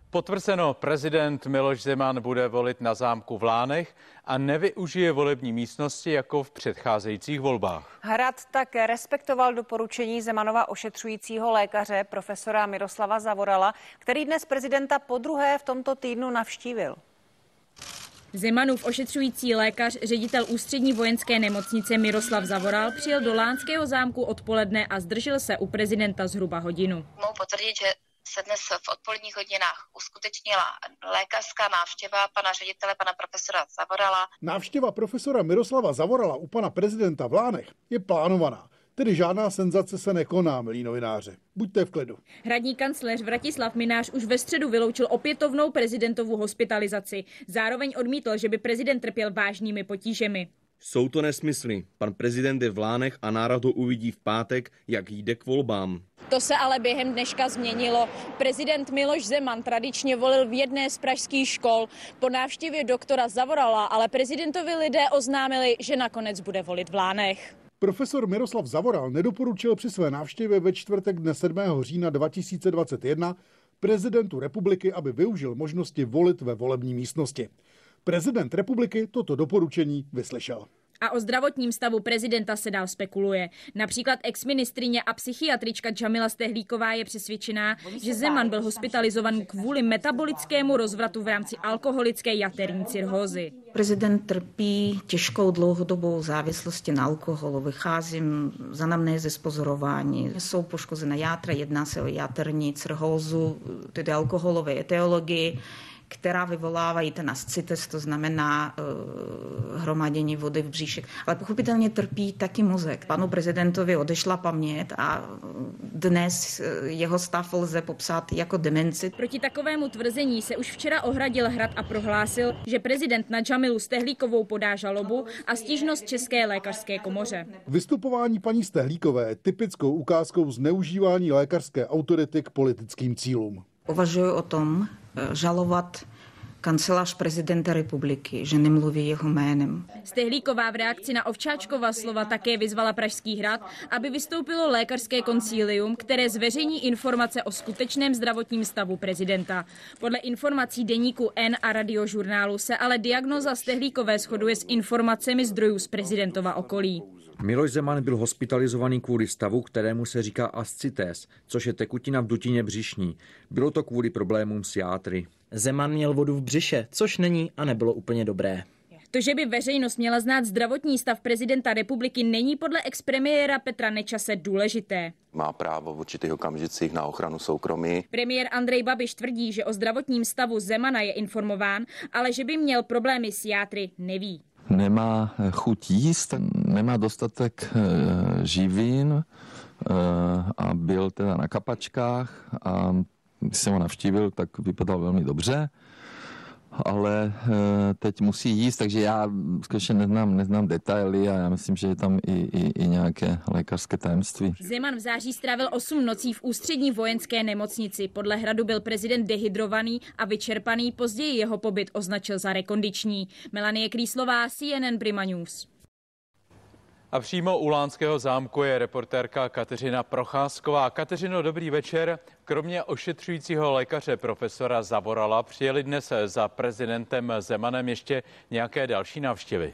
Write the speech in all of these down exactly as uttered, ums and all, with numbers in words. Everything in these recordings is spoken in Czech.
Potvrzeno, prezident Miloš Zeman bude volit na zámku v Lánech a nevyužije volební místnosti jako v předcházejících volbách. Hrad tak respektoval doporučení Zemanova ošetřujícího lékaře profesora Miroslava Zavorala, který dnes prezidenta podruhé v tomto týdnu navštívil. Zemanův ošetřující lékař, ředitel ústřední vojenské nemocnice Miroslav Zavoral přijel do Lánského zámku odpoledne a zdržel se u prezidenta zhruba hodinu. Mohu potvrdit, že se dnes v odpoledních hodinách uskutečnila lékařská návštěva pana ředitele, pana profesora Zavorala. Návštěva profesora Miroslava Zavorala u pana prezidenta v Lánech je plánovaná. Tedy žádná senzace se nekoná, milí novináře. Buďte v klidu. Hradní kancléř Vratislav Mynář už ve středu vyloučil opětovnou prezidentovu hospitalizaci. Zároveň odmítl, že by prezident trpěl vážnými potížemi. Jsou to nesmysly. Pan prezident je v Lánech a národ ho uvidí v pátek, jak jde k volbám. To se ale během dneška změnilo. Prezident Miloš Zeman tradičně volil v jedné z pražských škol. Po návštěvě doktora Zavorala ale prezidentovi lidé oznámili, že nakonec bude volit v Lánech. Profesor Miroslav Zavoral nedoporučil při své návštěvě ve čtvrtek dne sedmého října dva tisíce dvacet jedna prezidentu republiky, aby využil možnosti volit ve volební místnosti. Prezident republiky toto doporučení vyslyšel. A o zdravotním stavu prezidenta se dál spekuluje. Například exministryně a psychiatrička Džamila Stehlíková je přesvědčená, že Zeman byl hospitalizovan kvůli metabolickému rozvratu v rámci alkoholické jaterní cirhózy. Prezident trpí těžkou dlouhodobou závislostí na alkoholu. Vycházím z anamnézy z pozorování. Jsou poškozené játra, jedná se o jaterní cirhózu, tedy alkoholové etiologii, která vyvolávají ten ascites, to znamená uh, hromadění vody v břiše. Ale pochopitelně trpí taky mozek. Panu prezidentovi odešla paměť a dnes jeho stav lze popsat jako demenci. Proti takovému tvrzení se už včera ohradil Hrad a prohlásil, že prezident na Džamilu Stehlíkovou podá žalobu a stížnost České lékařské komoře. Vystupování paní Stehlíkové je typickou ukázkou zneužívání lékařské autority k politickým cílům. Uvažuji o tom žalovat kancelář prezidenta republiky, že nemluví jeho jménem. Stehlíková v reakci na Ovčáčkova slova také vyzvala Pražský hrad, aby vystoupilo lékařské koncílium, které zveřejní informace o skutečném zdravotním stavu prezidenta. Podle informací deníku N a Radiožurnálu se ale diagnóza Stehlíkové shoduje s informacemi zdrojů z prezidentova okolí. Miloš Zeman byl hospitalizovaný kvůli stavu, kterému se říká ascites, což je tekutina v dutině břišní. Bylo to kvůli problémům s játry. Zeman měl vodu v břiše, což není a nebylo úplně dobré. To, že by veřejnost měla znát zdravotní stav prezidenta republiky, není podle expremiéra Petra Nečase důležité. Má právo v určitých okamžicích na ochranu soukromí. Premiér Andrej Babiš tvrdí, že o zdravotním stavu Zemana je informován, ale že by měl problémy s játry, neví. Nemá chuť jíst, nemá dostatek živin a byl teda na kapačkách a když jsem ho navštívil, tak vypadal velmi dobře, ale teď musí jíst, takže já skutečně neznám, neznám detaily a já myslím, že je tam i, i, i nějaké lékařské tajemství. Zeman v září strávil osm nocí v ústřední vojenské nemocnici. Podle Hradu byl prezident dehydrovaný a vyčerpaný, později jeho pobyt označil za rekondiční. Melanie Krýslová, C N N Prima News. A přímo u Lánského zámku je reportérka Kateřina Procházková. Kateřino, dobrý večer. Kromě ošetřujícího lékaře profesora Zavorala přijeli dnes za prezidentem Zemanem ještě nějaké další návštěvy.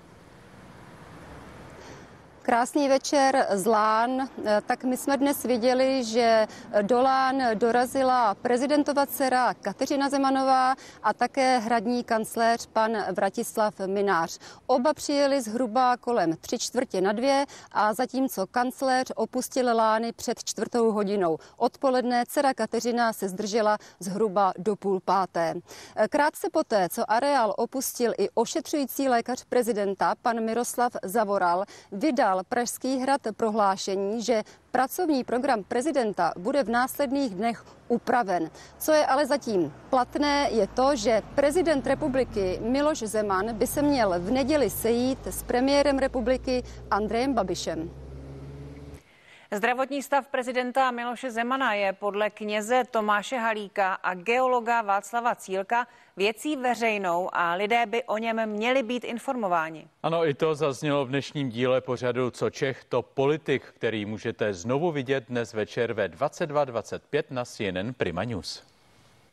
Krásný večer z Lán. Tak my jsme dnes viděli, že do Lán dorazila prezidentova dcera Kateřina Zemanová a také hradní kancléř pan Vratislav Mynář. Oba přijeli zhruba kolem tři čtvrtě na dvě a zatímco kancléř opustil Lány před čtvrtou hodinou odpoledne, dcera Kateřina se zdržela zhruba do půl páté. Krátce poté, co areál opustil i ošetřující lékař prezidenta pan Miroslav Zavoral, vydal Pražský hrad prohlášení, že pracovní program prezidenta bude v následných dnech upraven. Co je ale zatím platné, je to, že prezident republiky Miloš Zeman by se měl v neděli sejít s premiérem republiky Andrejem Babišem. Zdravotní stav prezidenta Miloše Zemana je podle kněze Tomáše Halíka a geologa Václava Cílka věcí veřejnou a lidé by o něm měli být informováni. Ano, i to zaznělo v dnešním díle pořadu Co Čech, to politik, který můžete znovu vidět dnes večer ve dvacet dva dvacet pět na C N N Prima News.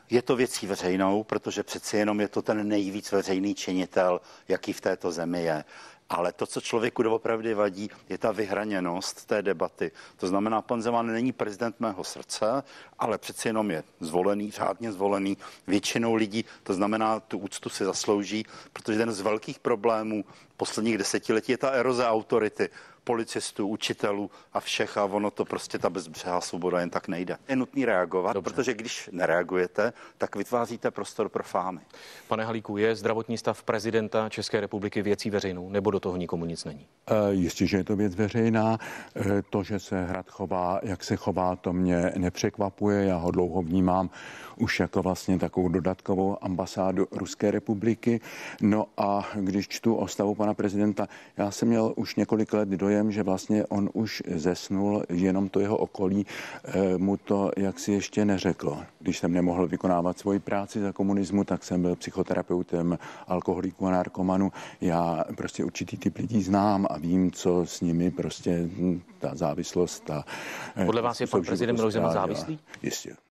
Je to věcí veřejnou, protože přeci jenom je to ten nejvíc veřejný činitel, jaký v této zemi je. Ale to, co člověku doopravdy vadí, je ta vyhraněnost té debaty. To znamená, pan Zeman není prezident mého srdce, ale přeci jenom je zvolený, řádně zvolený většinou lidí. To znamená, tu úctu si zaslouží, protože jeden z velkých problémů posledních desetiletí je ta eroze autority policistů, učitelů a všech a ono to prostě ta bezbřehá svoboda jen tak nejde. Je nutný reagovat, Dobře. protože když nereagujete, tak vytváříte prostor pro fámy. Pane Halíku, je zdravotní stav prezidenta České republiky věcí veřejnou, nebo do toho nikomu nic není? E, jistě, že je to věc veřejná. E, to, že se Hrad chová, jak se chová, to mě nepřekvapuje. Já ho dlouho vnímám už jako vlastně takovou dodatkovou ambasádu Ruské republiky. No a když čtu o stavu pana prezidenta, já jsem měl už několik let dojem, že vlastně on už zesnul, jenom to jeho okolí e, mu to jaksi ještě neřeklo. Když jsem nemohl vykonávat svoji práci za komunismu, tak jsem byl psychoterapeutem alkoholiků a narkomanů. Já prostě určitý typ lidí znám a vím, co s nimi prostě ta závislost. Ta, Podle vás je pan prezident Miloš Zeman závislý? Jistě.